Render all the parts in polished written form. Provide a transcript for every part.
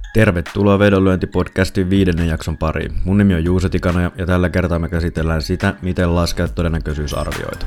Tervetuloa Vedonlyönti-podcastin 5. jakson pariin. Mun nimi on Juuso Tikanoja ja tällä kertaa me käsitellään sitä, miten laskea todennäköisyysarvioita.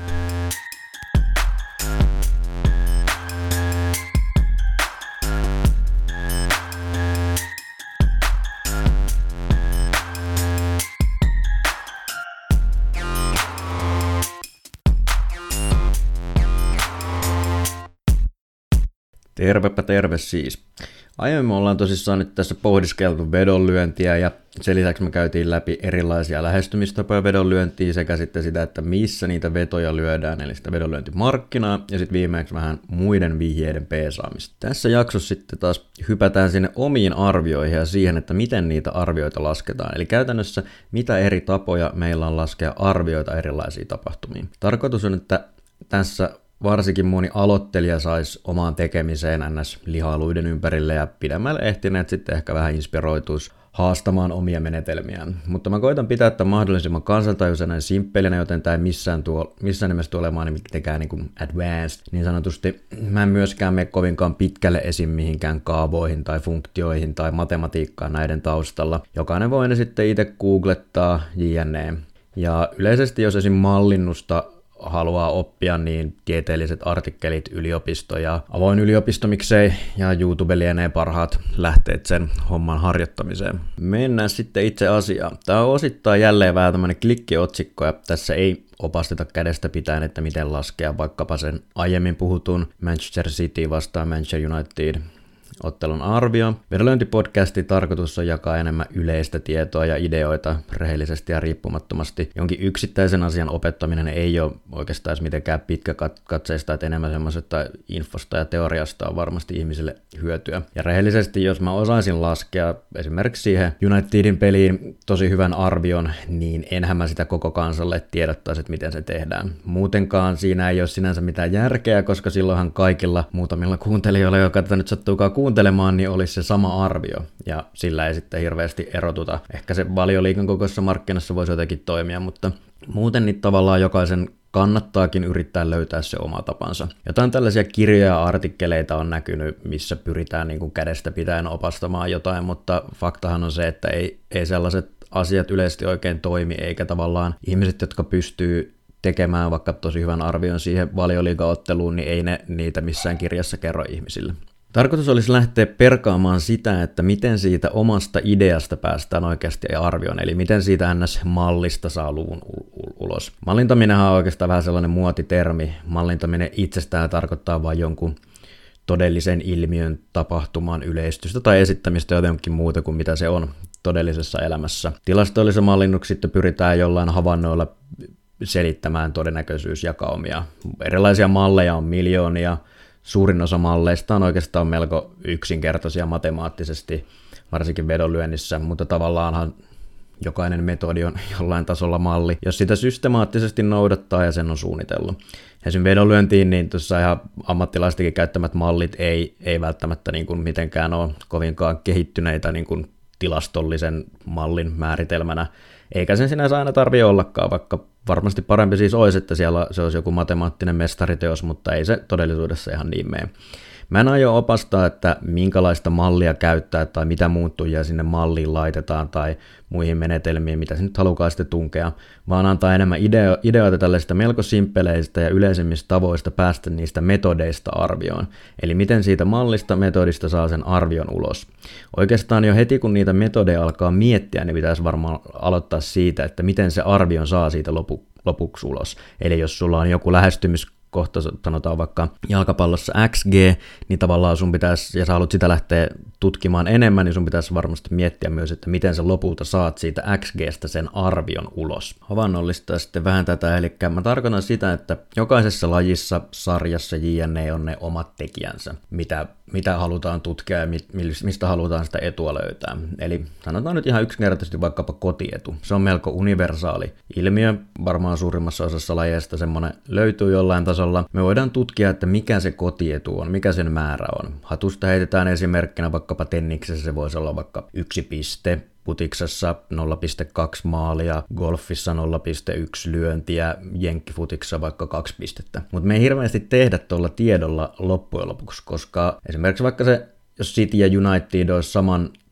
Tervepä terve siis. Aiemmin me ollaan tosissaan nyt tässä pohdiskeltu vedonlyöntiä ja sen lisäksi me käytiin läpi erilaisia lähestymistapoja vedonlyöntiin sekä sitten sitä, että missä niitä vetoja lyödään, eli sitä vedonlyöntimarkkinaa ja sitten viimeksi vähän muiden vihjeiden peesaamista. Tässä jaksossa sitten taas hypätään sinne omiin arvioihin ja siihen, että miten niitä arvioita lasketaan. Eli käytännössä mitä eri tapoja meillä on laskea arvioita erilaisiin tapahtumiin. Tarkoitus on, että tässä varsinkin moni aloittelija saisi omaan tekemiseen NS-lihailuiden ympärille ja pidemmälle ehtineet sitten ehkä vähän inspiroituisi haastamaan omia menetelmiään. Mutta mä koitan pitää tämän mahdollisimman kansantajuisena ja simppelinä, joten tämä ei missään nimessä tule olemaan mitenkään niin kuin advanced. Niin sanotusti mä en myöskään mene kovinkaan pitkälle esim. Mihinkään kaavoihin tai funktioihin tai matematiikkaan näiden taustalla. Jokainen voi ne sitten itse googlettaa jne. Ja yleisesti jos esim. Mallinnusta haluaa oppia, niin tieteelliset artikkelit, yliopisto ja avoin yliopisto miksei, ja YouTube lienee parhaat lähteet sen homman harjoittamiseen. Mennään sitten itse asiaan. Tämä on osittain jälleen vähän tämmöinen klikkiotsikko, ja tässä ei opasteta kädestä pitäen, että miten laskea vaikkapa sen aiemmin puhutun Manchester City vastaan Manchester United ottelun arvio. Vedonlyöntipodcastin tarkoitus on jakaa enemmän yleistä tietoa ja ideoita rehellisesti ja riippumattomasti. Jonkin yksittäisen asian opettaminen ei ole oikeastaan mitenkään pitkäkatseista, että enemmän semmoisesta infosta ja teoriasta on varmasti ihmisille hyötyä. Ja rehellisesti, jos mä osaisin laskea esimerkiksi siihen Unitedin peliin tosi hyvän arvion, niin enhän mä sitä koko kansalle tiedottaisi, että miten se tehdään. Muutenkaan siinä ei ole sinänsä mitään järkeä, koska silloinhan kaikilla muutamilla kuuntelijoilla, joka tätä nyt sattuukaan kuuntelemaan, niin olisi se sama arvio, ja sillä ei sitten hirveästi erotuta. Ehkä se Valioliigan kokoisessa markkinassa voisi jotenkin toimia, mutta muuten niin tavallaan jokaisen kannattaakin yrittää löytää se oma tapansa. Jotain tällaisia kirjoja ja artikkeleita on näkynyt, missä pyritään niin kuin kädestä pitäen opastamaan jotain, mutta faktahan on se, että ei sellaiset asiat yleisesti oikein toimi, eikä tavallaan ihmiset, jotka pystyy tekemään vaikka tosi hyvän arvion siihen Valioliiga-otteluun, niin ei ne niitä missään kirjassa kerro ihmisille. Tarkoitus olisi lähteä perkaamaan sitä, että miten siitä omasta ideasta päästään oikeasti arvioon, eli miten siitä NS-mallista saa luvun ulos. Mallintaminenhan on oikeastaan vähän sellainen muotitermi. Mallintaminen itsestään tarkoittaa vain jonkun todellisen ilmiön, tapahtuman yleistystä tai esittämistä jotenkin muuta kuin mitä se on todellisessa elämässä. Tilastollisessa mallinnuksessa sitten pyritään jollain havainnoilla selittämään todennäköisyysjakaumia. Erilaisia malleja on miljoonia. Suurin osa malleista on oikeastaan melko yksinkertaisia matemaattisesti, varsinkin vedonlyönnissä, mutta tavallaanhan jokainen metodi on jollain tasolla malli, jos sitä systemaattisesti noudattaa ja sen on suunnitellut. Esimerkiksi vedonlyöntiin, niin tuossa ihan ammattilaistenkin käyttämät mallit ei välttämättä niin kuin mitenkään ole kovinkaan kehittyneitä niin kuin tilastollisen mallin määritelmänä, eikä sen sinänsä aina tarvitse ollakaan, vaikka varmasti parempi siis olisi, että siellä se olisi joku matemaattinen mestariteos, mutta ei se todellisuudessa ihan niin mene. Mä en aio opastaa, että minkälaista mallia käyttää tai mitä muuttujia sinne malliin laitetaan tai muihin menetelmiin, mitä se nyt halukaa sitten tunkea, vaan antaa enemmän ideoita tällaisista melko simppeleistä ja yleisimmistä tavoista päästä niistä metodeista arvioon. Eli miten siitä mallista metodista saa sen arvion ulos. Oikeastaan jo heti kun niitä metodeja alkaa miettiä, niin pitäisi varmaan aloittaa siitä, että miten se arvion saa siitä lopuksi ulos. Eli jos sulla on joku kohta sanotaan vaikka jalkapallossa XG, niin tavallaan sun pitäisi, ja sä haluat sitä lähteä tutkimaan enemmän, niin sun pitäisi varmasti miettiä myös, että miten sä lopulta saat siitä XGstä sen arvion ulos. Havainnollistaa sitten vähän tätä, eli mä tarkoitan sitä, että jokaisessa lajissa, sarjassa JNE on ne omat tekijänsä, mitä halutaan tutkia ja mistä halutaan sitä etua löytää. Eli sanotaan nyt ihan yksinkertaisesti vaikkapa kotietu. Se on melko universaali ilmiö, varmaan suurimmassa osassa lajeista semmoinen löytyy jollain tasolla. Me voidaan tutkia, että mikä se kotietu on, mikä sen määrä on. Hatusta heitetään esimerkkinä vaikkapa tenniksessä, se voisi olla vaikka 1 piste, putiksessa 0,2 maalia, golfissa 0,1 lyöntiä, jenkkifutiksessa vaikka 2 pistettä. Mutta me ei hirveästi tehdä tuolla tiedolla loppujen lopuksi, koska esimerkiksi vaikka se, jos City ja United olisi saman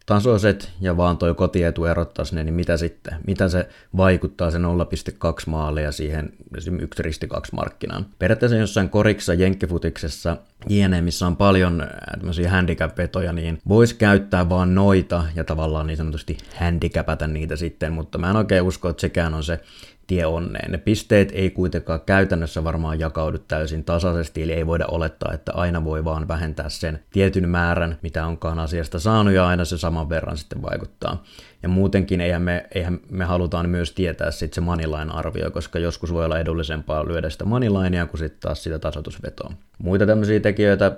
tasoiset ja vaan toi kotietu erottaisi ne, niin mitä sitten? Mitä se vaikuttaa se 0,2 maalia siihen esimerkiksi 1-2 markkinaan? Periaatteessa jossain koriksa jenkkifutiksessa jne, missä on paljon tämmöisiä handicap-vetoja, niin voisi käyttää vaan noita ja tavallaan niin sanotusti handicapata niitä sitten, mutta mä en oikein usko, että sekään on se tie onneen. Ne pisteet ei kuitenkaan käytännössä varmaan jakaudu täysin tasaisesti, eli ei voida olettaa, että aina voi vaan vähentää sen tietyn määrän, mitä onkaan asiasta saanut, ja aina se saman verran sitten vaikuttaa. Ja muutenkin eihän me halutaan myös tietää sitten se moneyline-arvio, koska joskus voi olla edullisempaa lyödä sitä moneylinea kuin sitten taas sitä tasoitusvetoa. Muita tämmöisiä tekijöitä,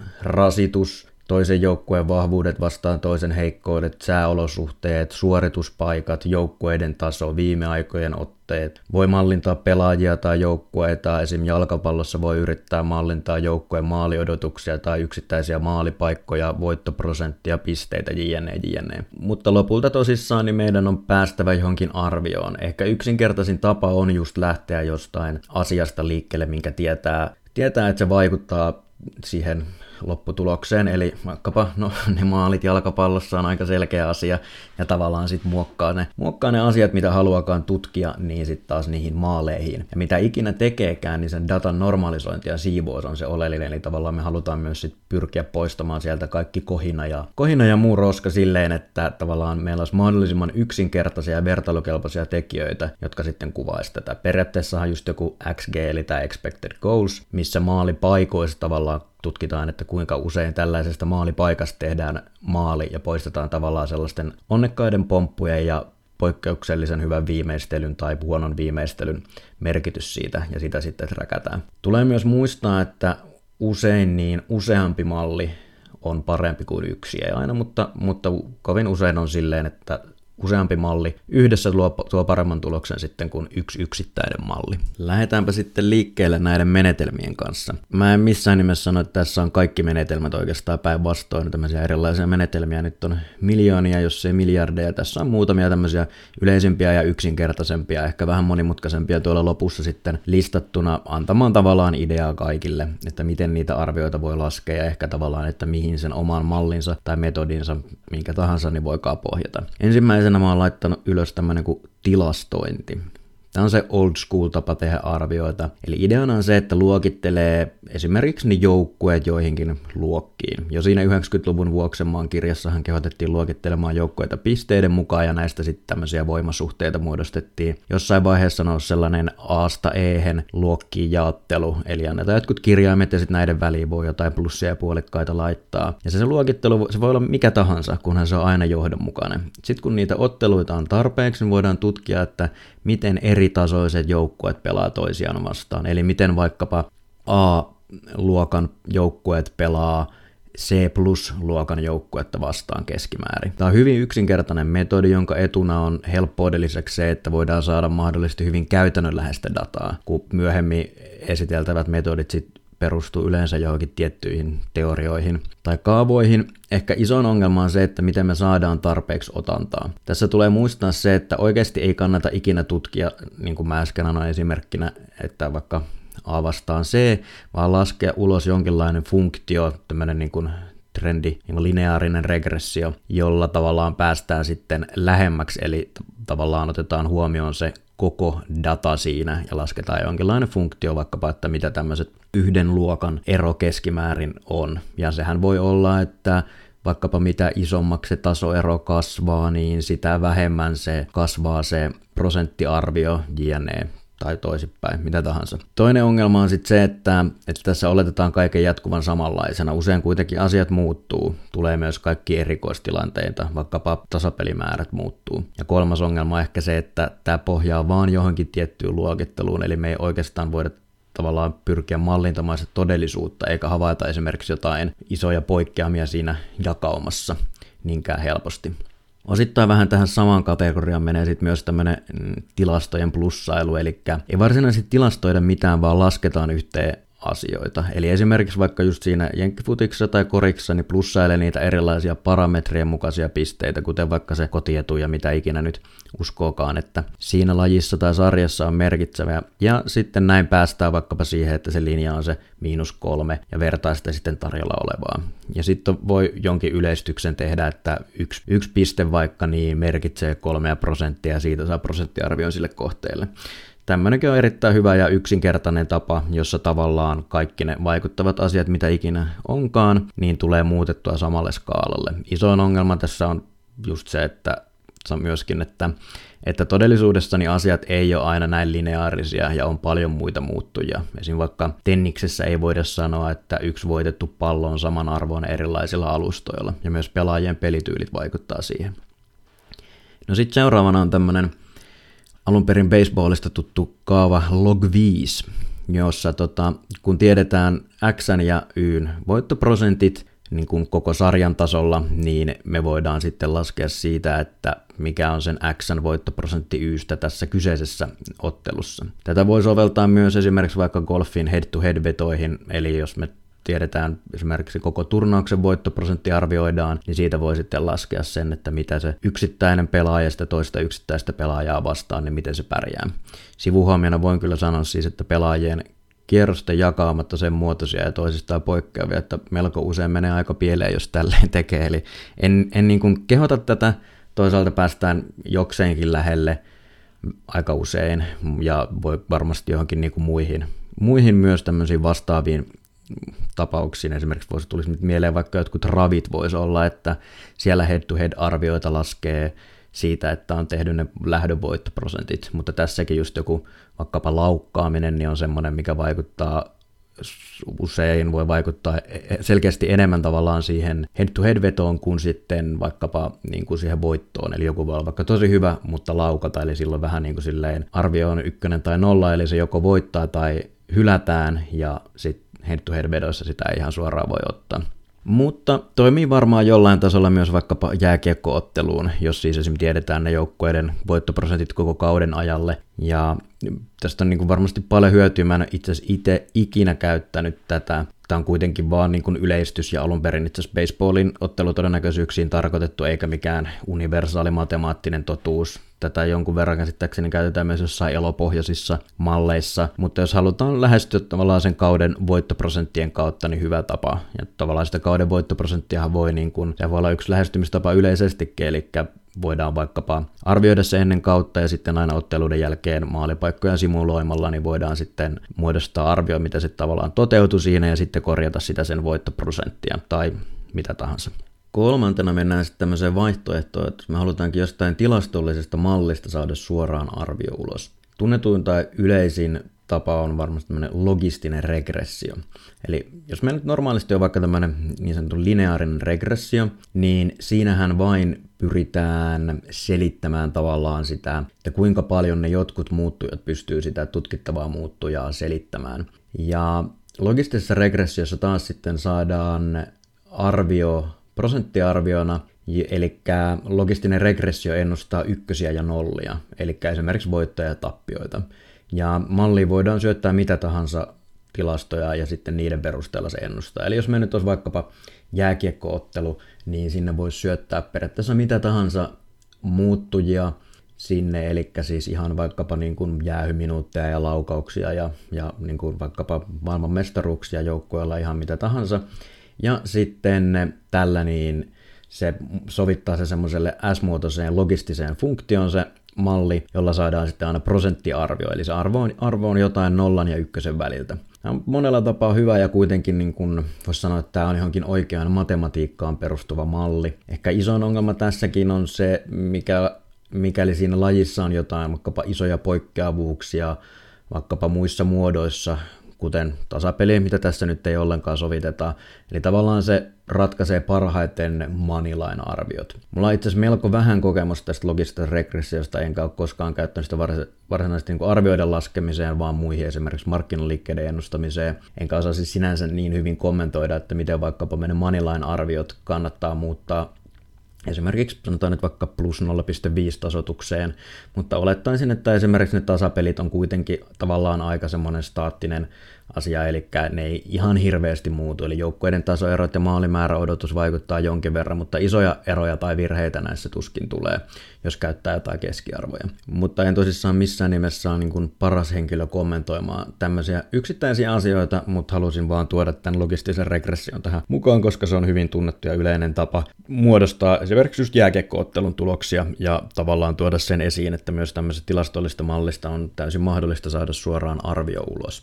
rasitus, toisen joukkueen vahvuudet vastaan toisen heikkoudet, sääolosuhteet, suorituspaikat, joukkueiden taso, viime aikojen otteet. Voi mallintaa pelaajia tai joukkueita, esim. Jalkapallossa voi yrittää mallintaa joukkueen maaliodotuksia tai yksittäisiä maalipaikkoja, voittoprosenttia, pisteitä, jne. Mutta lopulta tosissaan niin meidän on päästävä johonkin arvioon. Ehkä yksinkertaisin tapa on just lähteä jostain asiasta liikkeelle, minkä tietää, että se vaikuttaa siihen lopputulokseen, eli vaikkapa ne maalit jalkapallossa on aika selkeä asia, ja tavallaan sitten muokkaa ne asiat, mitä haluakaan tutkia, niin sitten taas niihin maaleihin. Ja mitä ikinä tekeekään, niin sen datan normalisointi ja siivous on se oleellinen, eli tavallaan me halutaan myös sit pyrkiä poistamaan sieltä kaikki kohina ja muu roska silleen, että tavallaan meillä olisi mahdollisimman yksinkertaisia ja vertailukelpoisia tekijöitä, jotka sitten kuvaisi tätä. Periaatteessahan just joku XG, eli tämä expected goals, missä maalipaikoissa tavallaan tutkitaan, että kuinka usein tällaisesta maalipaikasta tehdään maali ja poistetaan tavallaan sellaisten onnekkaiden pomppujen ja poikkeuksellisen hyvän viimeistelyn tai huonon viimeistelyn merkitys siitä ja sitä sitten räkätään. Tulee myös muistaa, että usein niin useampi malli on parempi kuin yksi, ei aina, mutta kovin usein on silleen, että useampi malli yhdessä tuo paremman tuloksen sitten kuin yksi yksittäinen malli. Lähdetäänpä sitten liikkeelle näiden menetelmien kanssa. Mä en missään nimessä sano, että tässä on kaikki menetelmät oikeastaan päinvastoin. Tämmöisiä erilaisia menetelmiä nyt on miljoonia, jos ei miljardeja. Tässä on muutamia tämmöisiä yleisimpiä ja yksinkertaisempia, ehkä vähän monimutkaisempia tuolla lopussa sitten listattuna antamaan tavallaan ideaa kaikille, että miten niitä arvioita voi laskea ja ehkä tavallaan, että mihin sen oman mallinsa tai metodinsa, minkä tahansa, niin voikaan pohjata. Ensimmäisenä mä oon laittanut ylös tämmönen kuin tilastointi. Tämä on se old school tapa tehdä arvioita. Eli ideana on se, että luokittelee esimerkiksi ne joukkueet joihinkin luokkiin. Jo siinä 90-luvun Vuoksenmaan kirjassahan kehotettiin luokittelemaan joukkueita pisteiden mukaan ja näistä sitten tämmöisiä voimasuhteita muodostettiin. Jossain vaiheessa nousi sellainen A-sta E-hen luokkiin jaottelu, eli annetaan jotkut kirjaimet ja sitten näiden väliin voi jotain plussia ja puolikkaita laittaa. Ja se luokittelu, se voi olla mikä tahansa, kunhan se on aina johdonmukainen. Sitten kun niitä otteluita on tarpeeksi, niin voidaan tutkia, että miten eri tasoiset joukkueet pelaa toisiaan vastaan. Eli miten vaikkapa A-luokan joukkueet pelaa C+-luokan joukkuetta vastaan keskimäärin. Tämä on hyvin yksinkertainen metodi, jonka etuna on helppouden lisäksi se, että voidaan saada mahdollisesti hyvin käytännönläheistä dataa, kun myöhemmin esiteltävät metodit sitten perustuu yleensä johonkin tiettyihin teorioihin tai kaavoihin. Ehkä isoin ongelma on se, että miten me saadaan tarpeeksi otantaa. Tässä tulee muistaa se, että oikeasti ei kannata ikinä tutkia, niin kuin mä äsken anoin esimerkkinä, että vaikka A vastaan C, vaan laskea ulos jonkinlainen funktio, tämmöinen niin kuin trendi, niin kuin lineaarinen regressio, jolla tavallaan päästään sitten lähemmäksi, eli tavallaan otetaan huomioon se koko data siinä ja lasketaan jonkinlainen funktio vaikkapa, että mitä tämmöiset yhden luokan ero keskimäärin on. Ja sehän voi olla, että vaikkapa mitä isommaksi se tasoero kasvaa, niin sitä vähemmän se kasvaa se prosenttiarvio jne. Tai toisinpäin, mitä tahansa. Toinen ongelma on sitten se, että tässä oletetaan kaiken jatkuvan samanlaisena. Usein kuitenkin asiat muuttuu. Tulee myös kaikki erikoistilanteita, vaikkapa tasapelimäärät muuttuu. Ja kolmas ongelma on ehkä se, että tämä pohjaa vaan johonkin tiettyyn luokitteluun, eli me ei oikeastaan voida tavallaan pyrkiä mallintamaan sitä todellisuutta, eikä havaita esimerkiksi jotain isoja poikkeamia siinä jakaumassa niinkään helposti. Osittain vähän tähän samaan kategoriaan menee sitten myös tämmöinen tilastojen plussailu, eli ei varsinaisesti tilastoida mitään, vaan lasketaan yhteen asioita. Eli esimerkiksi vaikka just siinä jenkkifutiksessa tai korissa, niin plussailee niitä erilaisia parametrien mukaisia pisteitä, kuten vaikka se kotietu ja mitä ikinä nyt uskookaan, että siinä lajissa tai sarjassa on merkitsevä. Ja sitten näin päästään vaikkapa siihen, että se linja on se -3 ja vertaa sitä sitten tarjolla olevaa. Ja sitten voi jonkin yleistyksen tehdä, että yksi piste vaikka niin merkitsee 3% ja siitä saa prosenttiarvion sille kohteelle. Tämmöinenkin on erittäin hyvä ja yksinkertainen tapa, jossa tavallaan kaikki ne vaikuttavat asiat, mitä ikinä onkaan, niin tulee muutettua samalle skaalalle. Isoin ongelma tässä on just se, että todellisuudessa niin asiat ei ole aina näin lineaarisia ja on paljon muita muuttujia. Esimerkiksi vaikka tenniksessä ei voida sanoa, että yksi voitettu pallo on samanarvoinen erilaisilla alustoilla, ja myös pelaajien pelityylit vaikuttaa siihen. No sitten seuraavana on tämmöinen alun perin baseballista tuttu kaava log5, jossa kun tiedetään X:n ja Y:n voittoprosentit niin kuin koko sarjan tasolla, niin me voidaan sitten laskea siitä, että mikä on sen X:n voittoprosentti Y:stä tässä kyseisessä ottelussa. Tätä voi soveltaa myös esimerkiksi vaikka golfin head-to-head-vetoihin, eli jos me tiedetään esimerkiksi koko turnauksen voittoprosentti arvioidaan, niin siitä voi sitten laskea sen, että mitä se yksittäinen pelaaja sitä toista yksittäistä pelaajaa vastaan, niin miten se pärjää. Sivuhuomiona voin kyllä sanoa siis, että pelaajien kierrosten jakaamatta sen muotoisia ja toisistaan poikkeavia, että melko usein menee aika pieleen, jos tälleen tekee. Eli en niin kuin kehota tätä, toisaalta päästään jokseenkin lähelle aika usein ja voi varmasti johonkin niin kuin muihin myös tämmöisiin vastaaviin tapauksiin. Esimerkiksi tulisi mieleen vaikka jotkut ravit voisi olla, että siellä head-to-head-arvioita laskee siitä, että on tehnyt ne lähdönvoittoprosentit, mutta tässäkin just joku vaikkapa laukkaaminen niin on semmoinen, mikä vaikuttaa usein, voi vaikuttaa selkeästi enemmän tavallaan siihen head-to-head-vetoon kuin sitten vaikkapa niin kuin siihen voittoon. Eli joku voi olla vaikka tosi hyvä, mutta laukata, eli silloin vähän niin kuin silleen arvio on 1 tai 0, eli se joko voittaa tai hylätään, ja sitten head-to-head-vedoissa sitä ei ihan suoraan voi ottaa. Mutta toimii varmaan jollain tasolla myös vaikkapa jääkiekko-otteluun, jos siis esimerkiksi tiedetään ne joukkueiden voittoprosentit koko kauden ajalle. Ja tästä on niin kuin varmasti paljon hyötyä. Mä en itse asiassa itse ikinä käyttänyt tätä. Tämä on kuitenkin vaan niin kuin yleistys ja alun perin itse asiassa baseballin ottelutodennäköisyyksiin tarkoitettu, eikä mikään universaali matemaattinen totuus. Tätä jonkun verran käsittääkseni käytetään myös jossain elopohjaisissa malleissa, mutta jos halutaan lähestyä tavallaan sen kauden voittoprosenttien kautta, niin hyvä tapa. Ja tavallaan sitä kauden voittoprosenttiahan voi, se voi olla yksi lähestymistapa yleisestikin, eli voidaan vaikkapa arvioida se ennen kautta ja sitten aina otteluiden jälkeen maalipaikkoja simuloimalla, niin voidaan sitten muodostaa arvio, mitä se tavallaan toteutui siinä ja sitten korjata sitä sen voittoprosenttia tai mitä tahansa. Kolmantena mennään sitten tämmöiseen vaihtoehtoon, että me halutaankin jostain tilastollisesta mallista saada suoraan arvio ulos. Tunnetuin tai yleisin tapa on varmasti tämmöinen logistinen regressio. Eli jos meillä nyt normaalisti on vaikka tämmöinen niin sanottu lineaarinen regressio, niin siinähän vain pyritään selittämään tavallaan sitä, että kuinka paljon ne jotkut muuttujat pystyy sitä tutkittavaa muuttujaa selittämään. Ja logistisessa regressiossa taas sitten saadaan arvio prosenttiarviona, eli logistinen regressio ennustaa ykkösiä ja nollia, eli esimerkiksi voittoja ja tappioita. Ja malliin voidaan syöttää mitä tahansa tilastoja ja sitten niiden perusteella se ennustaa. Eli jos me nyt olisi vaikkapa jääkiekkoottelu, niin sinne voisi syöttää periaatteessa mitä tahansa muuttujia sinne, eli siis ihan vaikkapa niin kuin jäähyminuutteja ja laukauksia ja niin kuin vaikkapa maailmanmestaruuksia joukkueella ihan mitä tahansa. Ja sitten tällä niin se sovittaa se semmoiselle S-muotoiseen logistiseen funktioon se malli, jolla saadaan sitten aina prosenttiarvio, eli se arvo on jotain 0 ja 1 väliltä. Tämä on monella tapaa hyvä ja kuitenkin niin kuin voisi sanoa, että tämä on johonkin oikeaan matematiikkaan perustuva malli. Ehkä isoin ongelma tässäkin on se, mikäli siinä lajissa on jotain vaikkapa isoja poikkeavuuksia, vaikkapa muissa muodoissa, kuten tasapeli, mitä tässä nyt ei ollenkaan soviteta. Eli tavallaan se ratkaisee parhaiten moneyline-arviot. Mulla on itse asiassa melko vähän kokemusta tästä logistisesta regressiosta, enkä ole koskaan käyttänyt sitä varsinaisesti niin kuin arvioiden laskemiseen, vaan muihin esimerkiksi markkinaliikkeiden ennustamiseen. Enkä osaa siis sinänsä niin hyvin kommentoida, että miten vaikkapa meidän moneyline-arviot kannattaa muuttaa esimerkiksi sanotaan nyt vaikka plus 0,5 tasoitukseen, mutta olettaisin, että esimerkiksi ne tasapelit on kuitenkin tavallaan aika semmoinen staattinen asia, eli ne ei ihan hirveästi muutu, eli joukkueiden tasoerot ja maalimäärä odotus vaikuttaa jonkin verran, mutta isoja eroja tai virheitä näissä tuskin tulee, jos käyttää jotain keskiarvoja. Mutta en tosissaan missään nimessä ole niin kuin paras henkilö kommentoimaan tämmöisiä yksittäisiä asioita, mutta halusin vaan tuoda tämän logistisen regression tähän mukaan, koska se on hyvin tunnettu ja yleinen tapa muodostaa esimerkiksi just jääkiekko-ottelun tuloksia ja tavallaan tuoda sen esiin, että myös tämmöisestä tilastollista mallista on täysin mahdollista saada suoraan arvio ulos.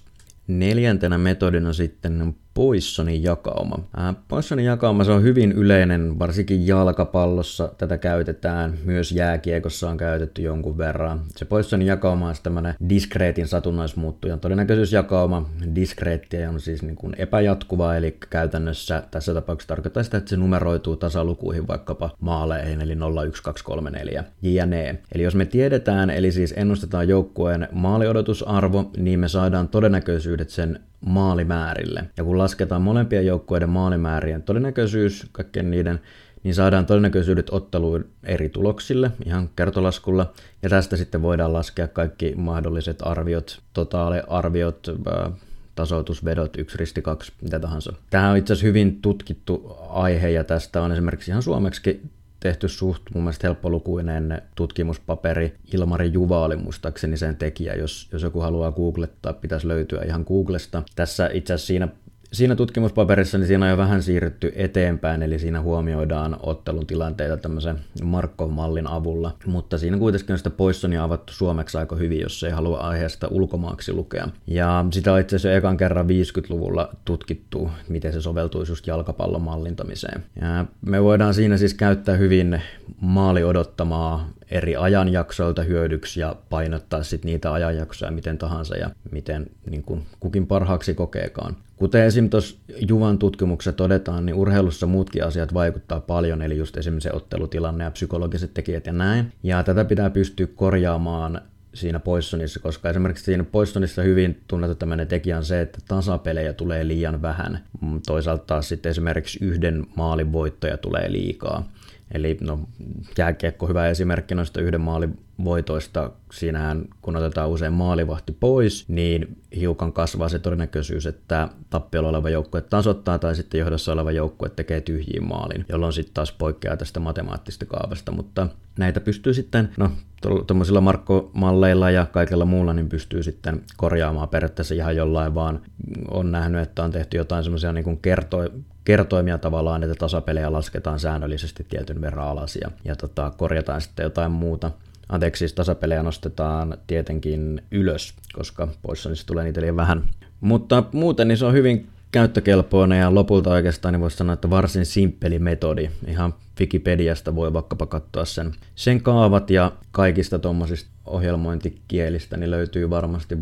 4. metodina sitten on Poissonin jakauma. Poissonin jakauma se on hyvin yleinen, varsinkin jalkapallossa tätä käytetään, myös jääkiekossa on käytetty jonkun verran. Se Poissonin jakauma on tämmöinen diskreetin satunnaismuuttujan todennäköisyysjakauma. Diskreettiä on siis niin kuin epäjatkuva, eli käytännössä tässä tapauksessa tarkoittaa sitä, että se numeroituu tasalukuihin vaikkapa maaleihin, eli 0, 1, 2, 3, 4, jne. Eli jos me tiedetään, eli siis ennustetaan joukkueen maaliodotusarvo, niin me saadaan todennäköisyydet sen maalimäärille. Ja kun lasketaan molempien joukkueiden maalimäärien todennäköisyys, kaikkien niiden, niin saadaan todennäköisyydet otteluun eri tuloksille, ihan kertolaskulla. Ja tästä sitten voidaan laskea kaikki mahdolliset arviot, totaaliarviot, tasoitusvedot, 1 risti 2, mitä tahansa. Tämä on itse asiassa hyvin tutkittu aihe, ja tästä on esimerkiksi ihan suomeksi tehty suht mun mielestä helppolukuinen tutkimuspaperi. Ilmari Juva oli muistaakseni sen tekijä, jos joku haluaa googlettaa, pitäisi löytyä ihan Googlesta. Tässä itse asiassa siinä tutkimuspaperissa niin siinä on jo vähän siirrytty eteenpäin, eli siinä huomioidaan ottelun tilanteita tämmöisen Markov-mallin avulla, mutta siinä kuitenkin on sitä Poissonia avattu suomeksi aika hyvin, jos ei halua aiheesta ulkomaaksi lukea. Ja sitä on itse asiassa jo ekan kerran 50-luvulla tutkittu, miten se soveltuisi just jalkapallon mallintamiseen. Ja me voidaan siinä siis käyttää hyvin maali odottamaa eri ajanjaksoilta hyödyksi ja painottaa sitten niitä ajanjaksoja miten tahansa ja miten niin kuin kukin parhaaksi kokeekaan. Kuten esim. Tuossa Juvan tutkimuksessa todetaan, niin urheilussa muutkin asiat vaikuttaa paljon, eli just esimerkiksi se ottelutilanne ja psykologiset tekijät ja näin. Ja tätä pitää pystyä korjaamaan siinä Poissonissa, koska esimerkiksi siinä Poissonissa hyvin tunnettu tämmöinen tekijä on se, että tasapelejä tulee liian vähän. Toisaalta taas sitten esimerkiksi yhden maalin voittoja tulee liikaa. Eli jääkiekko hyvä esimerkki noista yhden maalin voitoista. Siinähän kun otetaan usein maalivahti pois, niin hiukan kasvaa se todennäköisyys, että tappiolla oleva joukkue tasoittaa tai sitten johdossa oleva joukkue tekee tyhjiin maalin, jolloin sitten taas poikkeaa tästä matemaattisesta kaavasta, mutta näitä pystyy sitten, tuommoisilla Markko-malleilla ja kaikella muulla, niin pystyy sitten korjaamaan periaatteessa ihan jollain, vaan on nähnyt, että on tehty jotain semmoisia niin kuin kertoimia tavallaan, että tasapelejä lasketaan säännöllisesti tietyn verran alas ja korjataan sitten jotain muuta. Siis tasapelejä nostetaan tietenkin ylös, koska Poissonissa tulee niitä liian vähän. Mutta muuten niin se on hyvin käyttökelpoinen ja lopulta oikeastaan niin voisi sanoa, että varsin simppeli metodi. Ihan Wikipediasta voi vaikkapa katsoa sen kaavat ja kaikista tuommoisista ohjelmointikielistä niin löytyy varmasti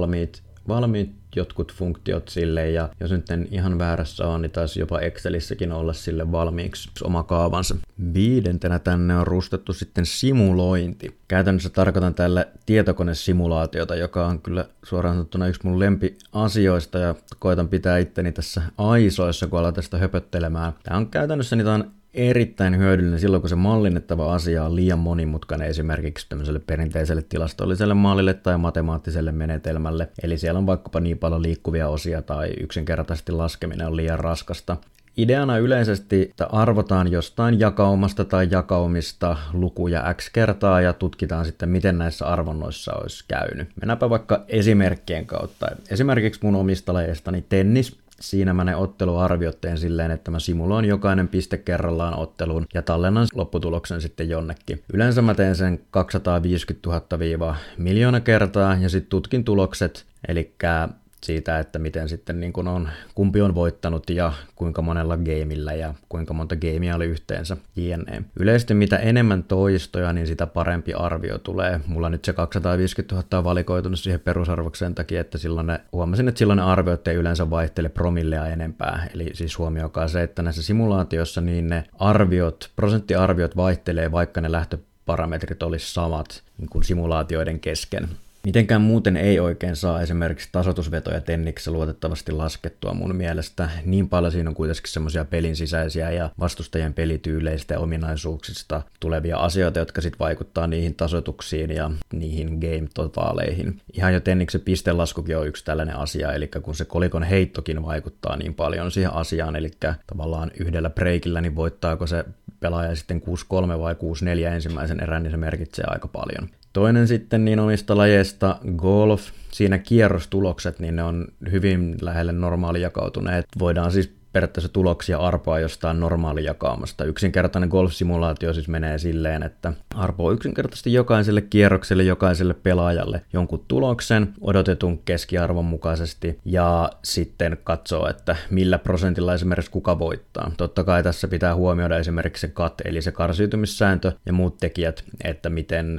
valmiit jotkut funktiot sille, ja jos nyt en ihan väärässä on, niin taisi jopa Excelissäkin olla sille valmiiksi oma kaavansa. 5. tänne on rustettu sitten simulointi. Käytännössä tarkoitan tälle tietokonesimulaatiota, joka on kyllä suoraan sanottuna yksi mun lempiasioista, ja koitan pitää itteni tässä aisoissa, kun alan tästä höpöttelemään. Tämä on käytännössä niitä erittäin hyödyllinen silloin, kun se mallinnettava asia on liian monimutkainen esimerkiksi tämmöiselle perinteiselle tilastolliselle mallille tai matemaattiselle menetelmälle. Eli siellä on vaikkapa niin paljon liikkuvia osia tai yksinkertaisesti laskeminen on liian raskasta. Ideana yleisesti, että arvotaan jostain jakaumasta tai jakaumista lukuja x kertaa ja tutkitaan sitten, miten näissä arvonnoissa olisi käynyt. Mennäänpä vaikka esimerkkien kautta. Esimerkiksi mun omista lajeistani tennis. Siinä mä ne otteluarviot teen silleen, että mä simuloin jokainen piste kerrallaan otteluun ja tallennan lopputuloksen sitten jonnekin. Yleensä mä teen sen 250 000-1 000 000 kertaa ja sitten tutkin tulokset, eli siitä, että miten sitten niin kun kumpi on voittanut ja kuinka monella gameillä ja kuinka monta gamea oli yhteensä jne. Yleisesti mitä enemmän toistoja, niin sitä parempi arvio tulee. Mulla nyt se 250 000 on valikoitunut siihen perusarvoksi sen takia, että huomasin, että silloin ne arviot ei yleensä vaihtele promillea enempää. Eli siis huomioikaa se, että näissä simulaatioissa niin ne prosenttiarviot vaihtelee, vaikka ne lähtöparametrit olisi samat niin kuin simulaatioiden kesken. Mitenkään muuten ei oikein saa esimerkiksi tasoitusvetoja tenniksessä luotettavasti laskettua mun mielestä. Niin paljon siinä on kuitenkin semmoisia pelin sisäisiä ja vastustajien pelityyleistä ja ominaisuuksista tulevia asioita, jotka sitten vaikuttaa niihin tasoituksiin ja niihin game-totaaleihin. Ihan jo tenniksen pistelaskukin on yksi tällainen asia, eli kun se kolikon heittokin vaikuttaa niin paljon siihen asiaan, eli tavallaan yhdellä breikillä, niin voittaako se pelaaja sitten 6-3 vai 6-4 ensimmäisen erän, niin se merkitsee aika paljon. Toinen sitten niin omista lajeista golf. Siinä kierrostulokset, niin ne on hyvin lähelle normaalijakautuneet. Voidaan siis periaatteessa tuloksia arpoa jostain normaalijakaumasta. Yksinkertainen golf-simulaatio siis menee silleen, että arpoo yksinkertaisesti jokaiselle kierrokselle, jokaiselle pelaajalle jonkun tuloksen odotetun keskiarvon mukaisesti ja sitten katsoo, että millä prosentilla esimerkiksi kuka voittaa. Totta kai tässä pitää huomioida esimerkiksi se cut, eli se karsiytymissääntö ja muut tekijät, että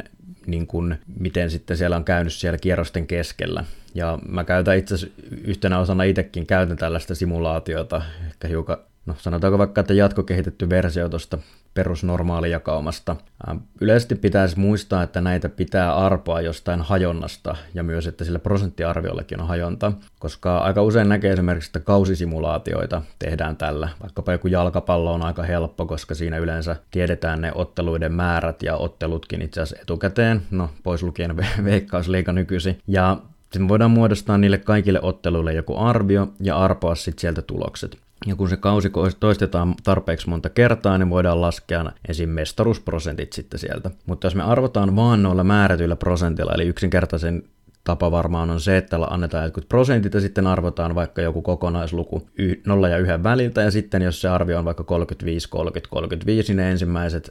miten sitten siellä on käynyt siellä kierrosten keskellä. Ja mä käytän itse asiassa yhtenä osana itsekin käytän tällaista simulaatiota, ehkä hiukan, sanotaanko vaikka, että jatkokehitetty versio tuosta perusnormaalijakaumasta. Yleisesti pitäisi muistaa, että näitä pitää arpoa jostain hajonnasta ja myös, että sillä prosenttiarviollakin on hajonta, koska aika usein näkee esimerkiksi, että kausisimulaatioita tehdään tällä. Vaikkapa joku jalkapallo on aika helppo, koska siinä yleensä tiedetään ne otteluiden määrät ja ottelutkin itse asiassa etukäteen, pois lukien Veikkausliiga nykyisin. Ja sitten voidaan muodostaa niille kaikille otteluille joku arvio ja arpoa sitten sieltä tulokset. Ja kun se kausi toistetaan tarpeeksi monta kertaa, niin voidaan laskea esim. Mestaruusprosentit sitten sieltä. Mutta jos me arvotaan vaan noilla määrätyillä prosentilla, eli yksinkertaisen tapa varmaan on se, että annetaan jotkut prosentit ja sitten arvotaan vaikka joku kokonaisluku 0 ja 1 väliltä, ja sitten jos se arvio on vaikka 35, 30, 35, niin ne ensimmäiset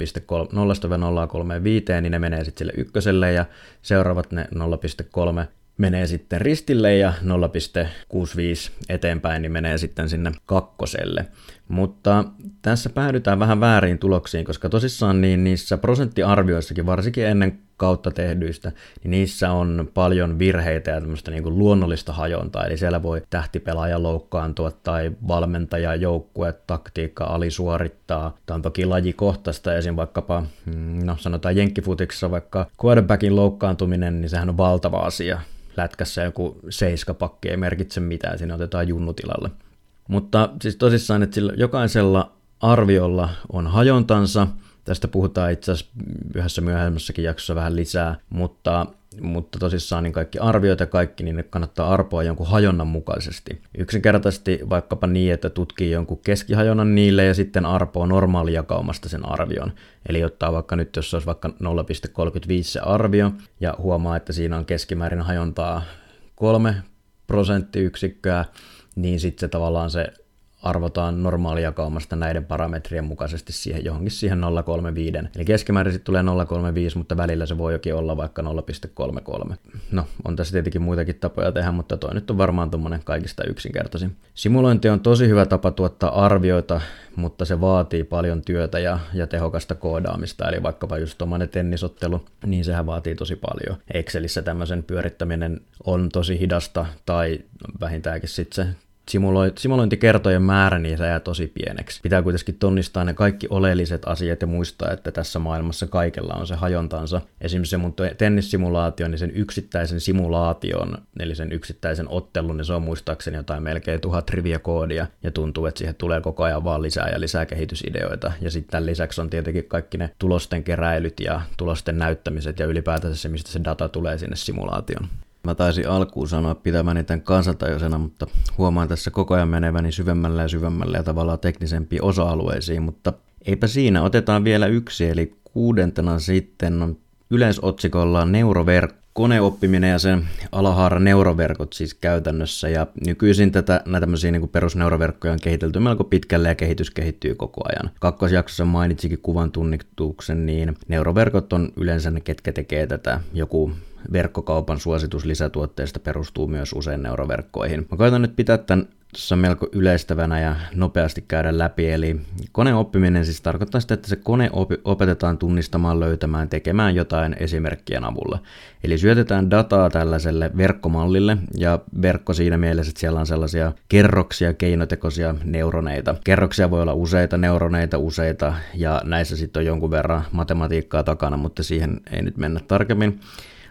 0,0-0,35, niin ne menee sitten sille ykköselle, ja seuraavat ne 0,3 menee sitten ristille ja 0,65 eteenpäin niin menee sitten sinne kakkoselle. Mutta tässä päädytään vähän väärin tuloksiin, koska tosissaan niin niissä prosenttiarvioissakin, varsinkin ennen kautta tehdyistä, niin niissä on paljon virheitä ja tämmöistä niin kuin luonnollista hajontaa. Eli siellä voi tähtipelaaja loukkaantua tai valmentaja, joukkue, taktiikka alisuorittaa. Tämä on toki lajikohtaista, esim. Vaikkapa, sanotaan jenkkifutiksessa vaikka quarterbackin loukkaantuminen, niin sehän on valtava asia. Lätkässä joku 7-pakki ei merkitse mitään, siinä otetaan junnutilalle. Mutta siis tosissaan, että sillä jokaisella arviolla on hajontansa, tästä puhutaan itse asiassa yhdessä myöhemmässäkin jaksossa vähän lisää, mutta tosissaan niin kaikki arviot ja kaikki, niin ne kannattaa arpoa jonkun hajonnan mukaisesti. Yksinkertaisesti vaikkapa niin, että tutkii jonkun keskihajonnan niille ja sitten arpoo normaalijakaumasta sen arvion. Eli ottaa vaikka nyt, jos olisi vaikka 0,35 se arvio ja huomaa, että siinä on keskimäärin hajontaa 3 prosenttiyksikköä, niin sitten se tavallaan se arvotaan normaalijakaumasta näiden parametrien mukaisesti johonkin siihen 0,35. Eli keskimäärin sitten tulee 0,35, mutta välillä se voi jokin olla vaikka 0,33. On tässä tietenkin muitakin tapoja tehdä, mutta toi nyt on varmaan tommonen kaikista yksinkertaisin. Simulointi on tosi hyvä tapa tuottaa arvioita, mutta se vaatii paljon työtä ja tehokasta koodaamista. Eli vaikkapa just tommonen tennisottelu, niin sehän vaatii tosi paljon. Excelissä tämmöisen pyörittäminen on tosi hidasta tai vähintäänkin sitten se simulointikertojen määrä, niin se jää tosi pieneksi. Pitää kuitenkin tunnistaa ne kaikki oleelliset asiat ja muistaa, että tässä maailmassa kaikella on se hajontansa. Esimerkiksi se mun tennissimulaatio, niin sen yksittäisen simulaation, eli sen yksittäisen ottelun, niin se on muistaakseni jotain melkein 1000 riviä koodia, ja tuntuu, että siihen tulee koko ajan vaan lisää ja lisää kehitysideoita. Ja sitten tämän lisäksi on tietenkin kaikki ne tulosten keräilyt ja tulosten näyttämiset ja ylipäätänsä se, mistä se data tulee sinne simulaatioon. Mä taisin alkuun sanoa pitämäni tämän kansantajuisena, mutta huomaan tässä koko ajan meneväni syvemmälle ja tavallaan teknisempiin osa-alueisiin, mutta eipä siinä. Otetaan vielä yksi, eli 6. sitten on yleisotsikolla koneoppiminen ja sen alahaara neuroverkot siis käytännössä, ja nykyisin näitä tämmöisiä niin kuin perusneuroverkkoja on kehitelty melko pitkälle ja kehitys kehittyy koko ajan. Kakkosjaksossa mainitsikin kuvan tunnituksen, niin neuroverkot on yleensä ne, ketkä tekee tätä. Joku verkkokaupan suositus lisätuotteista perustuu myös usein neuroverkkoihin. Mä koitan nyt pitää tämän tässä melko yleistävänä ja nopeasti käydä läpi, eli koneoppiminen siis tarkoittaa sitä, että se kone opetetaan tunnistamaan, löytämään, tekemään jotain esimerkkien avulla. Eli syötetään dataa tällaiselle verkkomallille, ja verkko siinä mielessä, että siellä on sellaisia kerroksia, keinotekoisia neuroneita. Kerroksia voi olla useita neuroneita, ja näissä sitten on jonkun verran matematiikkaa takana, mutta siihen ei nyt mennä tarkemmin.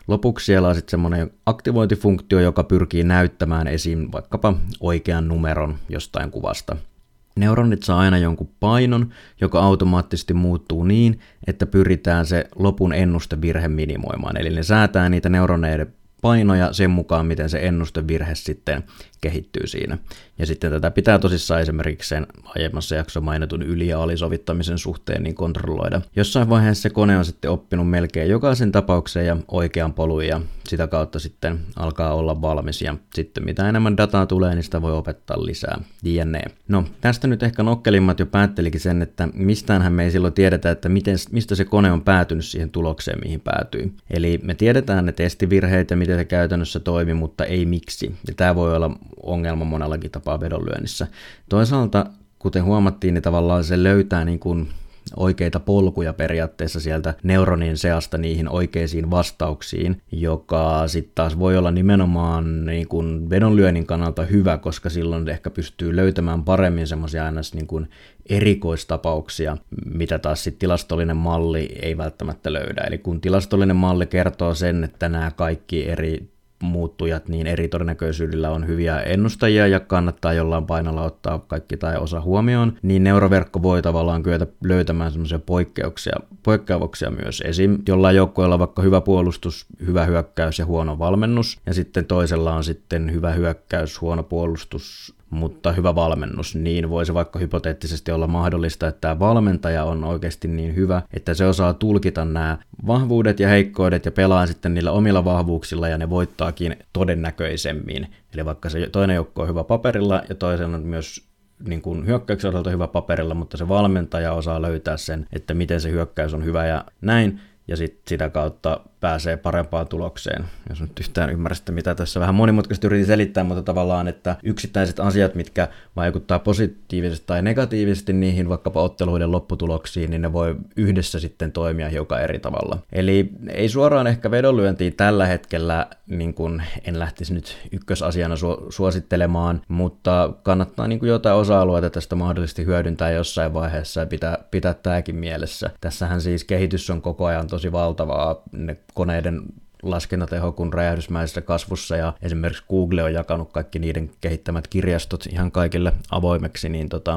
Lopuksi siellä on sitten semmoinen aktivointifunktio, joka pyrkii näyttämään esiin vaikkapa oikean numeron jostain kuvasta. Neuronit saa aina jonkun painon, joka automaattisesti muuttuu niin, että pyritään se lopun ennustevirhe minimoimaan. Eli ne säätää niitä neuroneiden painoja sen mukaan, miten se ennustevirhe sitten kehittyy siinä. Ja sitten tätä pitää tosissaan esimerkiksi sen aiemmassa jaksossa mainitun yli- ja alisovittamisen suhteen niin kontrolloida. Jossain vaiheessa se kone on sitten oppinut melkein jokaisen tapauksen ja oikean polun ja sitä kautta sitten alkaa olla valmis ja sitten mitä enemmän dataa tulee, niin sitä voi opettaa lisää. JNE. No tästä nyt ehkä nokkelimmat jo päättelikin sen, että mistäänhän me ei silloin tiedetä, että mistä se kone on päätynyt siihen tulokseen, mihin päätyy. Eli me tiedetään ne testivirheet ja miten se käytännössä toimii, mutta ei miksi. Ja tämä voi olla ongelma monellakin tapaa vedonlyönnissä. Toisaalta, kuten huomattiin, niin tavallaan se löytää niin kuin oikeita polkuja periaatteessa sieltä neuronien seasta niihin oikeisiin vastauksiin, joka sitten taas voi olla nimenomaan niin kuin vedonlyönnin kannalta hyvä, koska silloin ehkä pystyy löytämään paremmin semmoisia aina niin kuin erikoistapauksia, mitä taas sitten tilastollinen malli ei välttämättä löydä. Eli kun tilastollinen malli kertoo sen, että nämä kaikki eri muuttujat niin eri todennäköisyydellä on hyviä ennustajia ja kannattaa jollain painolla ottaa kaikki tai osa huomioon, niin neuroverkko voi tavallaan kyetä löytämään semmoisia poikkeavuksia myös. Esim. Jollain joukkueella vaikka hyvä puolustus, hyvä hyökkäys ja huono valmennus, ja sitten toisella on sitten hyvä hyökkäys, huono puolustus, mutta hyvä valmennus, niin voisi vaikka hypoteettisesti olla mahdollista, että tämä valmentaja on oikeasti niin hyvä, että se osaa tulkita nämä vahvuudet ja heikkoudet ja pelaa sitten niillä omilla vahvuuksilla ja ne voittaakin todennäköisemmin. Eli vaikka se toinen joukko on hyvä paperilla ja toisen on myös niin kuin hyökkäyksen osalta hyvä paperilla, mutta se valmentaja osaa löytää sen, että miten se hyökkäys on hyvä ja näin, ja sitä kautta pääsee parempaan tulokseen. Jos nyt yhtään ymmärrätte, mitä tässä vähän monimutkaisesti yritin selittää, mutta tavallaan, että yksittäiset asiat, mitkä vaikuttaa positiivisesti tai negatiivisesti niihin vaikkapa otteluiden lopputuloksiin, niin ne voi yhdessä sitten toimia hiukan eri tavalla. Eli ei suoraan ehkä vedonlyöntiin tällä hetkellä, niin kuin en lähtisi nyt ykkösasiana suosittelemaan, mutta kannattaa niin kuin jotain osa-alueita tästä mahdollisesti hyödyntää jossain vaiheessa ja pitää tämäkin mielessä. Tässähän siis kehitys on koko ajan tosi valtavaa, ne koneiden laskentateho kun räjähdysmäisessä kasvussa ja esimerkiksi Google on jakanut kaikki niiden kehittämät kirjastot ihan kaikille avoimeksi,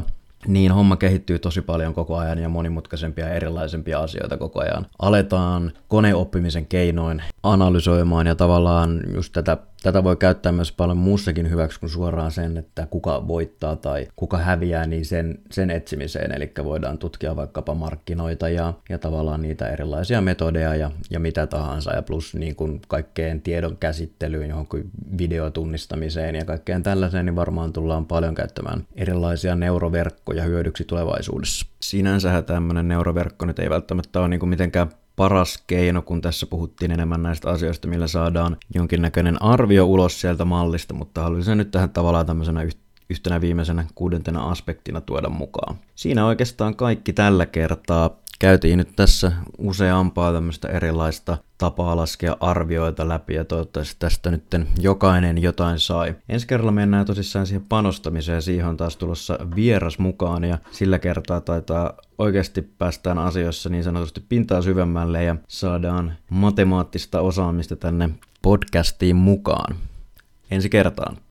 niin homma kehittyy tosi paljon koko ajan ja monimutkaisempia ja erilaisempia asioita koko ajan. Aletaan koneoppimisen keinoin analysoimaan ja tavallaan just tätä voi käyttää myös paljon muussakin hyväksi kuin suoraan sen, että kuka voittaa tai kuka häviää, niin sen etsimiseen. Eli voidaan tutkia vaikkapa markkinoita ja tavallaan niitä erilaisia metodeja ja mitä tahansa. Ja plus niin kuin kaikkeen tiedon käsittelyyn, johonkin videotunnistamiseen ja kaikkeen tällaiseen, niin varmaan tullaan paljon käyttämään erilaisia neuroverkkoja hyödyksi tulevaisuudessa. Sinänsähän tämmöinen neuroverkko nyt ei välttämättä ole niin kuin mitenkään paras keino, kun tässä puhuttiin enemmän näistä asioista, millä saadaan jonkinnäköinen arvio ulos sieltä mallista, mutta haluaisin nyt tähän tavallaan tämmöisenä yhtenä viimeisenä 6. aspektina tuoda mukaan. Siinä oikeastaan kaikki tällä kertaa. Käytiin nyt tässä useampaa tämmöistä erilaista tapaa laskea arvioita läpi ja toivottavasti tästä nyt jokainen jotain sai. Ensi kerralla mennään tosissaan siihen panostamiseen ja siihen on taas tulossa vieras mukaan ja sillä kertaa oikeasti päästään asioissa niin sanotusti pintaa syvemmälle ja saadaan matemaattista osaamista tänne podcastiin mukaan. Ensi kertaan.